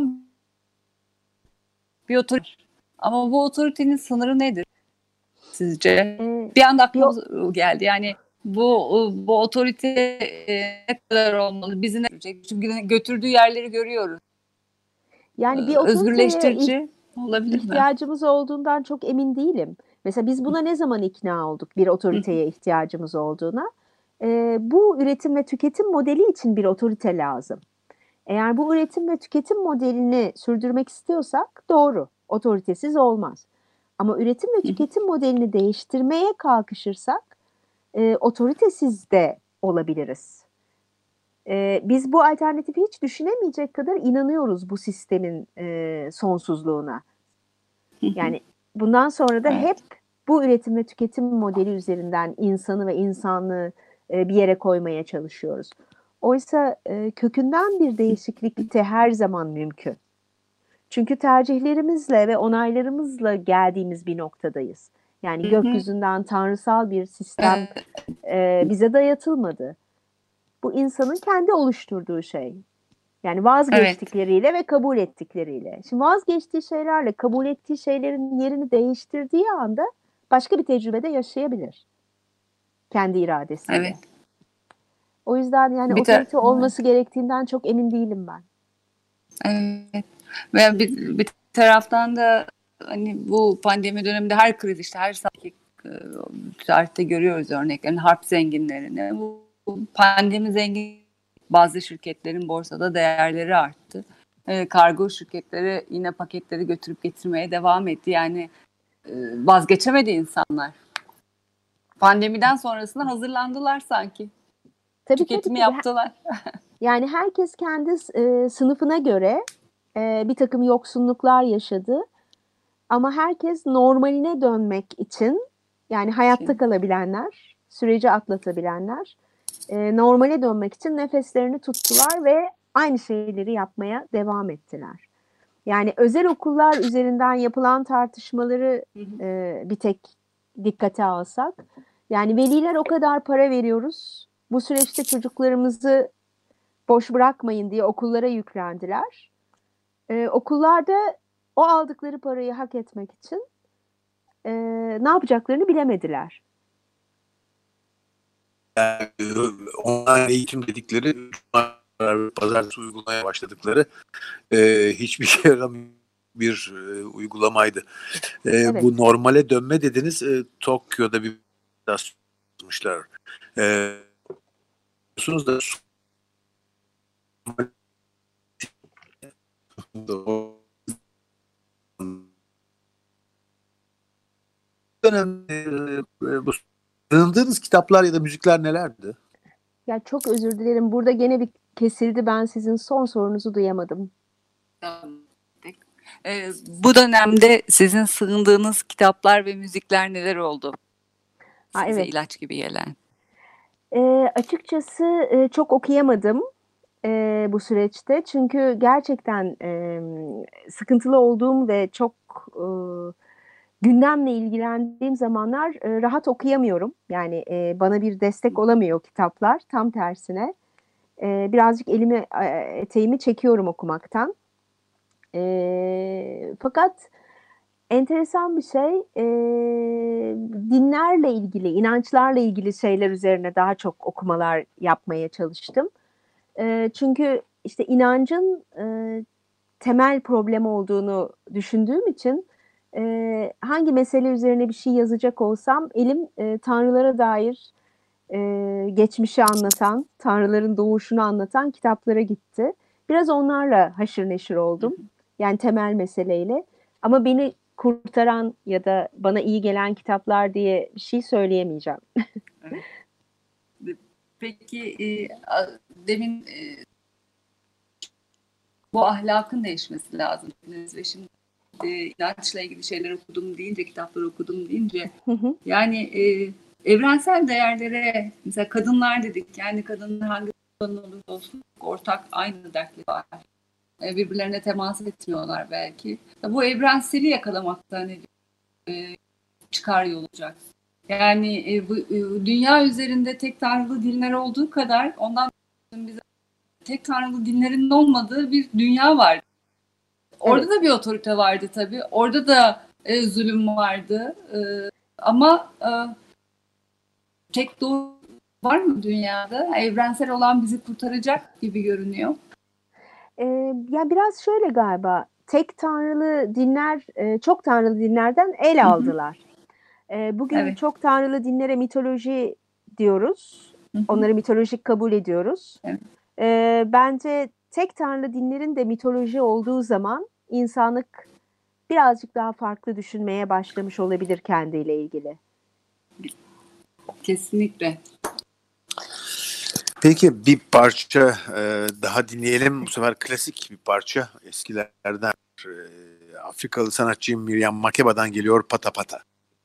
Speaker 3: bir otorite ama bu otoritenin sınırı nedir sizce?
Speaker 5: E,
Speaker 3: Bir anda
Speaker 5: bir,
Speaker 3: aklıma geldi. Yani bu bu otorite e, ne kadar olmalı? Bizi ne götürecek? Çünkü götürdüğü yerleri görüyoruz.
Speaker 5: yani bir
Speaker 3: Ee,
Speaker 5: otoriteye ih-
Speaker 3: özgürleştirici olabilir mi?
Speaker 5: ihtiyacımız olduğundan çok emin değilim. Mesela biz buna ne zaman ikna olduk bir otoriteye ihtiyacımız olduğuna? E, bu üretim ve tüketim modeli için bir otorite lazım. Eğer bu üretim ve tüketim modelini sürdürmek istiyorsak doğru, otoritesiz olmaz. Ama üretim ve tüketim modelini değiştirmeye kalkışırsak e, otoritesiz de olabiliriz. E, biz bu alternatifi hiç düşünemeyecek kadar inanıyoruz bu sistemin e, sonsuzluğuna. Yani bundan sonra da
Speaker 3: Evet.
Speaker 5: hep bu üretim ve tüketim modeli üzerinden insanı ve insanlığı e, bir yere koymaya çalışıyoruz. Oysa e, kökünden bir değişiklik de her zaman mümkün. Çünkü tercihlerimizle ve onaylarımızla geldiğimiz bir noktadayız. Yani gökyüzünden tanrısal bir sistem e, bize dayatılmadı. bu insanın kendi oluşturduğu şey. Yani vazgeçtikleriyle evet. ve kabul ettikleriyle. Şimdi vazgeçtiği şeylerle kabul ettiği şeylerin yerini değiştirdiği anda başka bir tecrübede yaşayabilir. Kendi iradesiyle. Evet. O yüzden yani bir otorite tar- olması evet. gerektiğinden çok emin değilim ben.
Speaker 3: Evet. Ve bir, bir taraftan da hani bu pandemi döneminde her kriz işte her sanki tarihte görüyoruz örneklerini, harp zenginlerini. Bu, bu pandemi zengin bazı şirketlerin borsada değerleri arttı. E, kargo şirketleri yine paketleri götürüp getirmeye devam etti. Yani e, vazgeçemedi insanlar. Pandemiden sonrasından hazırlandılar sanki. Tabii, Tüketimi tabii, yaptılar.
Speaker 5: Yani herkes kendi e, sınıfına göre e, bir takım yoksunluklar yaşadı. Ama herkes normaline dönmek için, yani hayatta şey. kalabilenler, süreci atlatabilenler, e, normale dönmek için nefeslerini tuttular ve aynı şeyleri yapmaya devam ettiler. Yani özel okullar üzerinden yapılan tartışmaları e, bir tek dikkate alsak, yani veliler o kadar para veriyoruz, bu süreçte çocuklarımızı boş bırakmayın diye okullara yüklendiler. E, okullarda o aldıkları parayı hak etmek için e, ne yapacaklarını bilemediler.
Speaker 4: Yani, online eğitim dedikleri pazartesi uygulamaya başladıkları e, hiçbir şey yaramayan bir e, uygulamaydı. E, evet. Bu normale dönme dediniz. E, Tokyo'da bir yazmışlar. E, da dönemde bu sığındığınız kitaplar ya da müzikler nelerdi?
Speaker 5: Ya çok özür dilerim. Burada gene bir kesildi. Ben sizin son sorunuzu duyamadım.
Speaker 3: Ee, bu dönemde sizin sığındığınız kitaplar ve müzikler neler oldu? Size ha, evet. ilaç gibi gelen.
Speaker 5: E, açıkçası e, çok okuyamadım e, bu süreçte. Çünkü gerçekten e, sıkıntılı olduğum ve çok e, gündemle ilgilendiğim zamanlar e, rahat okuyamıyorum. Yani e, bana bir destek olamıyor kitaplar. Tam tersine. E, birazcık elimi, eteğimi çekiyorum okumaktan. E, fakat enteresan bir şey, e, dinlerle ilgili, inançlarla ilgili şeyler üzerine daha çok okumalar yapmaya çalıştım. E, çünkü işte inancın e, temel problem olduğunu düşündüğüm için e, hangi mesele üzerine bir şey yazacak olsam elim e, tanrılara dair e, geçmişi anlatan, tanrıların doğuşunu anlatan kitaplara gitti. Biraz onlarla haşır neşir oldum. Yani temel meseleyle. Ama beni kurtaran ya da bana iyi gelen kitaplar diye bir şey söyleyemeyeceğim.
Speaker 3: Peki e, demin e, bu ahlakın değişmesi lazım. Ve şimdi e, inançla ilgili şeyler okudum deyince, kitapları okudum deyince hı hı. yani e, evrensel değerlere, mesela kadınlar dedik. Yani kadınlar hangi kadın olursa olsun ortak aynı dertleri var. E, birbirlerine temas etmiyorlar belki. Bu evrenseli yakalamakta hani e, çıkar yol olacak. Yani e, bu e, dünya üzerinde tek tanrılı dinler olduğu kadar ondan bize tek tanrılı dinlerin olmadığı bir dünya var. Orada evet. da bir otorite vardı tabii. Orada da e, zulüm vardı. E, ama e, tek doğru var mı dünyada? Evrensel olan bizi kurtaracak gibi görünüyor.
Speaker 5: E, ya biraz şöyle galiba. Tek tanrılı dinler, e, çok tanrılı dinlerden el Hı-hı. aldılar. E, bugün evet. çok tanrılı dinlere mitoloji diyoruz. Hı-hı. Onları mitolojik kabul ediyoruz. Evet. E, bence tek tanrılı dinlerin de mitoloji olduğu zaman insanlık birazcık daha farklı düşünmeye başlamış olabilir kendiyle ilgili.
Speaker 3: Kesinlikle.
Speaker 4: Peki bir parça e, daha dinleyelim. Bu sefer klasik bir parça. Eskilerden e, Afrikalı sanatçı Miriam Makeba'dan geliyor Pata Pata.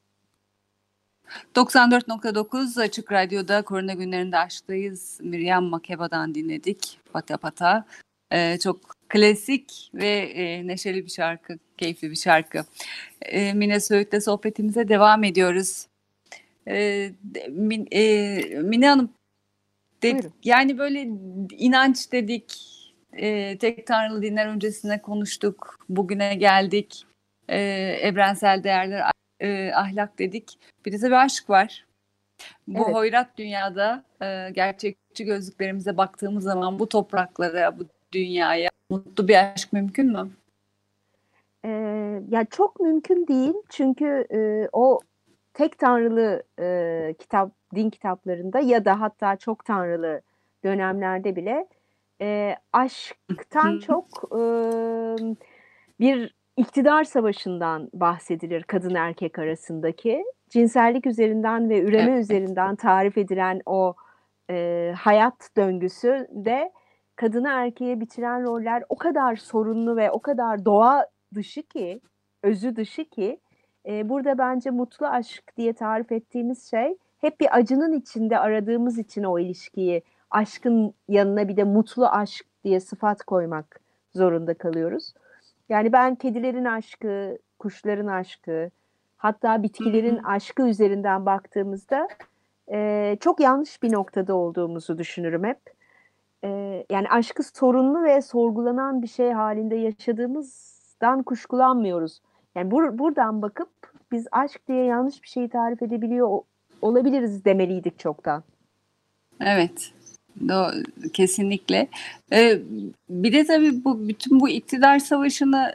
Speaker 3: doksan dört nokta dokuz Açık Radyo'da Korona Günlerinde Aşk'tayız. Miriam Makeba'dan dinledik Pata Pata. Ee, çok klasik ve e, neşeli bir şarkı, keyifli bir şarkı. Ee, Mine Söğüt'le sohbetimize devam ediyoruz. Ee, Min, e, Mine Hanım, De,
Speaker 5: Buyurun.
Speaker 3: yani böyle inanç dedik, e, tek tanrılı dinler öncesine konuştuk, bugüne geldik, e, evrensel değerler, e, ahlak dedik. Bir de tabii aşk var. Bu
Speaker 5: Evet.
Speaker 3: hoyrat dünyada e, gerçekçi gözlüklerimize baktığımız zaman bu topraklara, bu dünyaya mutlu bir aşk mümkün mü?
Speaker 5: Ee, ya çok mümkün değil çünkü e, o tek tanrılı e, kitap din kitaplarında ya da hatta çok tanrılı dönemlerde bile e, aşktan çok e, bir iktidar savaşından bahsedilir kadın erkek arasındaki. Cinsellik üzerinden ve üreme
Speaker 3: Evet.
Speaker 5: üzerinden tarif edilen o e, hayat döngüsü de kadına erkeğe biçilen roller o kadar sorunlu ve o kadar doğa dışı ki, özü dışı ki e, burada bence mutlu aşk diye tarif ettiğimiz şey hep bir acının içinde aradığımız için o ilişkiyi aşkın yanına bir de mutlu aşk diye sıfat koymak zorunda kalıyoruz. Yani ben kedilerin aşkı, kuşların aşkı, hatta bitkilerin aşkı üzerinden baktığımızda e, çok yanlış bir noktada olduğumuzu düşünürüm hep. E, yani aşkı sorunlu ve sorgulanan bir şey halinde yaşadığımızdan kuşkulanmıyoruz. Yani bur- buradan bakıp biz aşk diye yanlış bir şeyi tarif edebiliyor olabiliriz demeliydik çoktan.
Speaker 3: Evet. Do- kesinlikle. Ee, bir de tabii bu bütün bu iktidar savaşını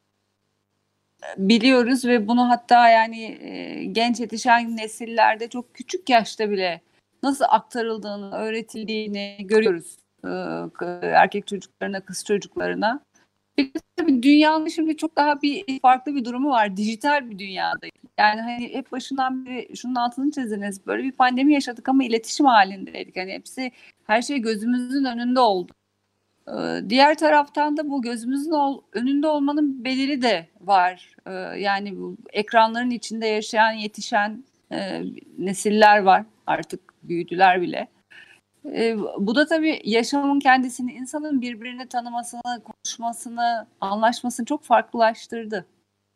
Speaker 3: biliyoruz ve bunu hatta yani e, genç yetişen nesillerde çok küçük yaşta bile nasıl aktarıldığını, öğretildiğini görüyoruz. Ee, erkek çocuklarına, kız çocuklarına. Bir de tabii dünyanın şimdi çok daha bir farklı bir durumu var. Dijital bir dünyadayız. Yani hani hep başından beri şunun altını çiziniz. Böyle bir pandemi yaşadık ama iletişim halindeydik. Hani hepsi, her şey gözümüzün önünde oldu. Ee, Diğer taraftan da bu gözümüzün ol- önünde olmanın bedeli de var. Ee, Yani bu ekranların içinde yaşayan, yetişen e, nesiller var. Artık büyüdüler bile. Ee, Bu da tabii yaşamın kendisini, insanın birbirini tanımasını, konuşmasını, anlaşmasını çok farklılaştırdı.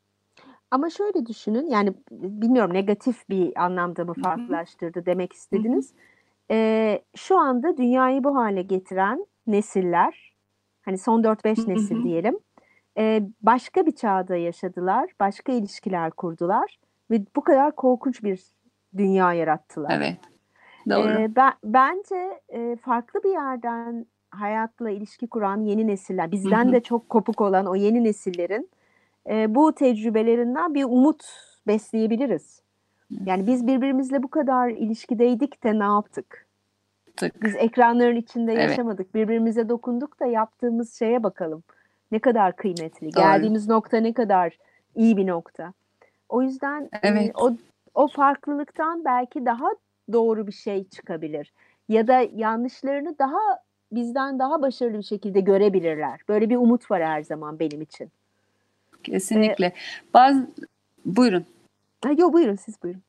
Speaker 5: Ama şöyle düşünün, yani bilmiyorum negatif bir anlamda mı
Speaker 3: Hı hı.
Speaker 5: farklılaştırdı demek
Speaker 3: Hı hı.
Speaker 5: istediniz. Ee, şu anda dünyayı bu hale getiren nesiller, hani son dört
Speaker 3: Hı
Speaker 5: beş nesil
Speaker 3: hı.
Speaker 5: diyelim, e, başka bir çağda yaşadılar, başka ilişkiler kurdular ve bu kadar korkunç bir dünya yarattılar.
Speaker 3: Evet, doğru.
Speaker 5: Ee, ben, bence e, farklı bir yerden hayatla ilişki kuran yeni nesiller,
Speaker 3: Hı
Speaker 5: bizden
Speaker 3: hı.
Speaker 5: de çok kopuk olan o yeni nesillerin e, bu tecrübelerinden bir umut besleyebiliriz. Yani biz birbirimizle bu kadar ilişkideydik de ne yaptık?
Speaker 3: Tık.
Speaker 5: Biz ekranların içinde
Speaker 3: Evet,
Speaker 5: yaşamadık. Birbirimize dokunduk da yaptığımız şeye bakalım. Ne kadar kıymetli.
Speaker 3: doğru.
Speaker 5: Geldiğimiz nokta ne kadar iyi bir nokta. O yüzden e,
Speaker 3: Evet,
Speaker 5: o o farklılıktan belki daha doğru bir şey çıkabilir. Ya da yanlışlarını daha bizden daha başarılı bir şekilde görebilirler. Böyle bir umut var her zaman benim için. E,
Speaker 3: kesinlikle. Bazı, buyurun.
Speaker 5: ha, yo, buyurun siz buyurun.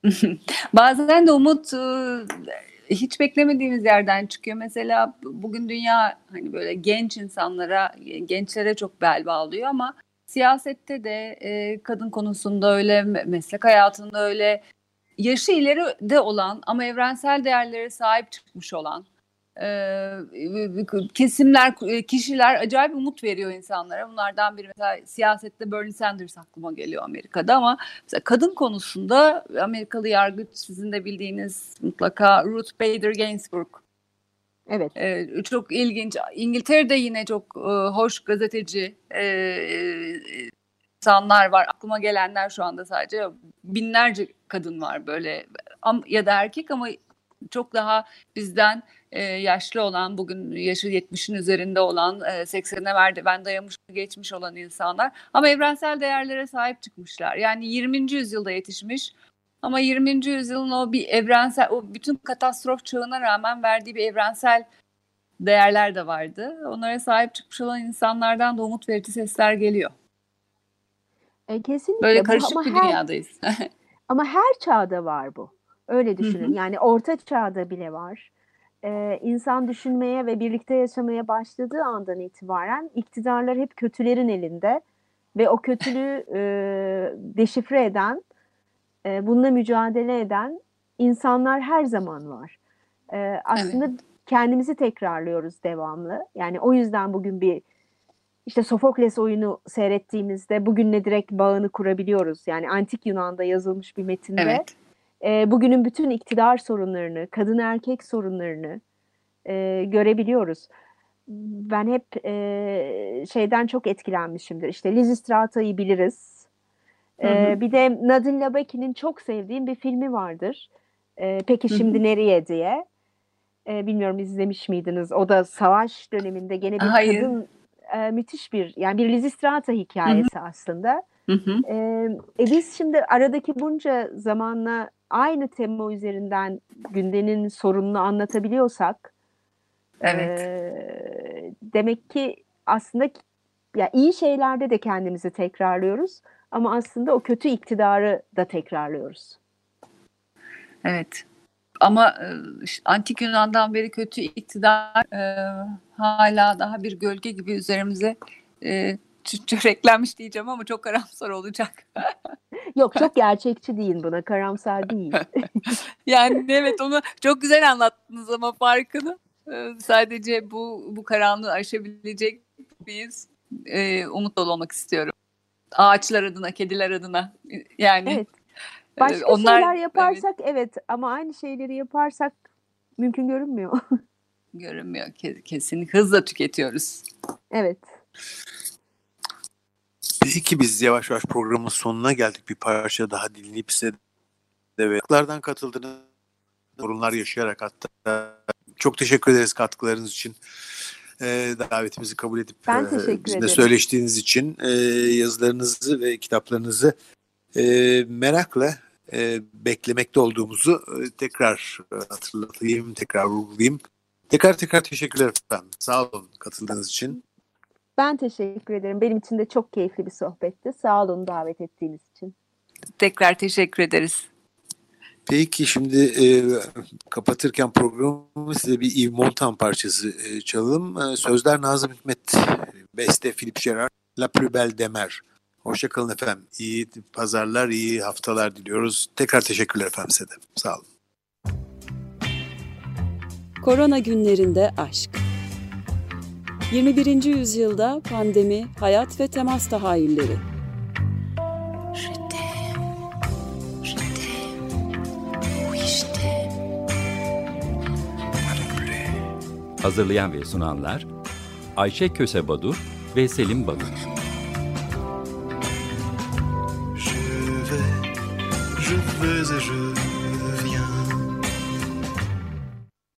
Speaker 3: Bazen de umut e, hiç beklemediğimiz yerden çıkıyor. Mesela bugün dünya hani böyle genç insanlara, gençlere çok bel bağlıyor ama siyasette de e, kadın konusunda öyle, me- meslek hayatında öyle, yaşı ileride olan ama evrensel değerlere sahip çıkmış olan e, kesimler, kişiler acayip umut veriyor insanlara. Bunlardan biri mesela siyasette Bernie Sanders aklıma geliyor Amerika'da ama mesela kadın konusunda Amerikalı yargıç, sizin de bildiğiniz mutlaka, Ruth Bader Ginsburg.
Speaker 5: Evet.
Speaker 3: Ee, çok ilginç. İngiltere'de yine çok e, hoş gazeteci e, insanlar var. Aklıma gelenler şu anda sadece binlerce kadın var böyle, Am- ya da erkek ama çok daha bizden e, yaşlı olan, bugün yaşı yetmişin üzerinde olan, e, seksene merdiven dayamış geçmiş olan insanlar ama evrensel değerlere sahip çıkmışlar. Yani yirminci yüzyılda yetişmiş ama yirminci yüzyılın o bir evrensel, o bütün katastrof çağına rağmen verdiği bir evrensel değerler de vardı. Onlara sahip çıkmış olan insanlardan da umut verici sesler geliyor.
Speaker 5: E, kesinlikle
Speaker 3: Böyle
Speaker 5: bu,
Speaker 3: karışık
Speaker 5: ama
Speaker 3: bir
Speaker 5: her
Speaker 3: dünyadayız.
Speaker 5: ama her çağda var bu. Öyle
Speaker 3: Hı
Speaker 5: düşünün.
Speaker 3: hı.
Speaker 5: Yani orta çağda bile var. Ee, insan düşünmeye ve birlikte yaşamaya başladığı andan itibaren iktidarlar hep kötülerin elinde ve o kötülüğü e, deşifre eden, e, bununla mücadele eden insanlar her zaman var. E, aslında
Speaker 3: Evet.
Speaker 5: kendimizi tekrarlıyoruz devamlı. Yani o yüzden bugün bir işte Sofokles oyunu seyrettiğimizde bugünle direkt bağını kurabiliyoruz. Yani antik Yunan'da yazılmış bir metinde
Speaker 3: Evet.
Speaker 5: e, bugünün bütün iktidar sorunlarını, kadın erkek sorunlarını e, görebiliyoruz. Ben hep e, şeyden çok etkilenmişimdir. İşte Lisistrata'yı biliriz.
Speaker 3: Hı hı.
Speaker 5: E, bir de Nadine Labaki'nin çok sevdiğim bir filmi vardır. E, Peki Şimdi
Speaker 3: Hı hı.
Speaker 5: Nereye diye. E, bilmiyorum izlemiş miydiniz? O da savaş döneminde gene bir
Speaker 3: Hayır.
Speaker 5: kadın e, müthiş bir yani bir Lisistrata hikayesi hı hı. aslında.
Speaker 3: Hı hı.
Speaker 5: E, e biz şimdi aradaki bunca zamanla aynı tema üzerinden gündemin sorununu anlatabiliyorsak
Speaker 3: Evet.
Speaker 5: e, demek ki aslında ya iyi şeylerde de kendimizi tekrarlıyoruz ama aslında o kötü iktidarı da tekrarlıyoruz.
Speaker 3: Evet. Ama e, işte antik Yunan'dan beri kötü iktidar e, hala daha bir gölge gibi üzerimize e, çöreklenmiş diyeceğim ama çok karamsar olacak.
Speaker 5: Yok çok gerçekçi deyin buna, karamsar değil.
Speaker 3: Yani evet onu çok güzel anlattınız ama farkını e, sadece bu bu karanlığı aşabilecek miyiz? E, umut dolu olmak istiyorum. Ağaçlar adına, kediler adına yani.
Speaker 5: Evet. Başka
Speaker 3: Onlar,
Speaker 5: şeyler yaparsak evet. evet ama aynı şeyleri yaparsak mümkün görünmüyor.
Speaker 3: Görünmüyor. Kesin hızla tüketiyoruz.
Speaker 5: Evet.
Speaker 4: Peki biz yavaş yavaş programın sonuna geldik. Bir parça daha dinleyip size de ve katıldığınız sorunlar yaşayarak hatta çok teşekkür ederiz katkılarınız için. E, davetimizi kabul edip
Speaker 5: ben
Speaker 4: e,
Speaker 5: bizimle
Speaker 4: söyleştiğiniz için e, yazılarınızı ve kitaplarınızı e, merakla e, beklemekte olduğumuzu e, tekrar hatırlatayım, tekrar vurgulayayım. Tekrar tekrar teşekkürler efendim. Sağ olun katıldığınız için.
Speaker 5: Ben teşekkür ederim. Benim için de çok keyifli bir sohbetti. Sağ olun davet ettiğiniz için.
Speaker 3: Tekrar teşekkür ederiz.
Speaker 4: Peki şimdi e, kapatırken programı size bir Yves Montand parçası e, çalalım. E, sözler Nazım Hikmet, beste Philippe Gerard, La Plus Belle des Mers. Hoşçakalın efendim. İyi pazarlar, iyi haftalar diliyoruz. Tekrar teşekkürler efendim size de. Sağ olun.
Speaker 1: Korona günlerinde aşk. yirmi birinci yüzyılda pandemi, hayat ve temas tahayyülleri.
Speaker 2: Hazırlayan ve sunanlar Ayşe Köse Badur ve Selim Badur.
Speaker 6: Je vais, je vais et je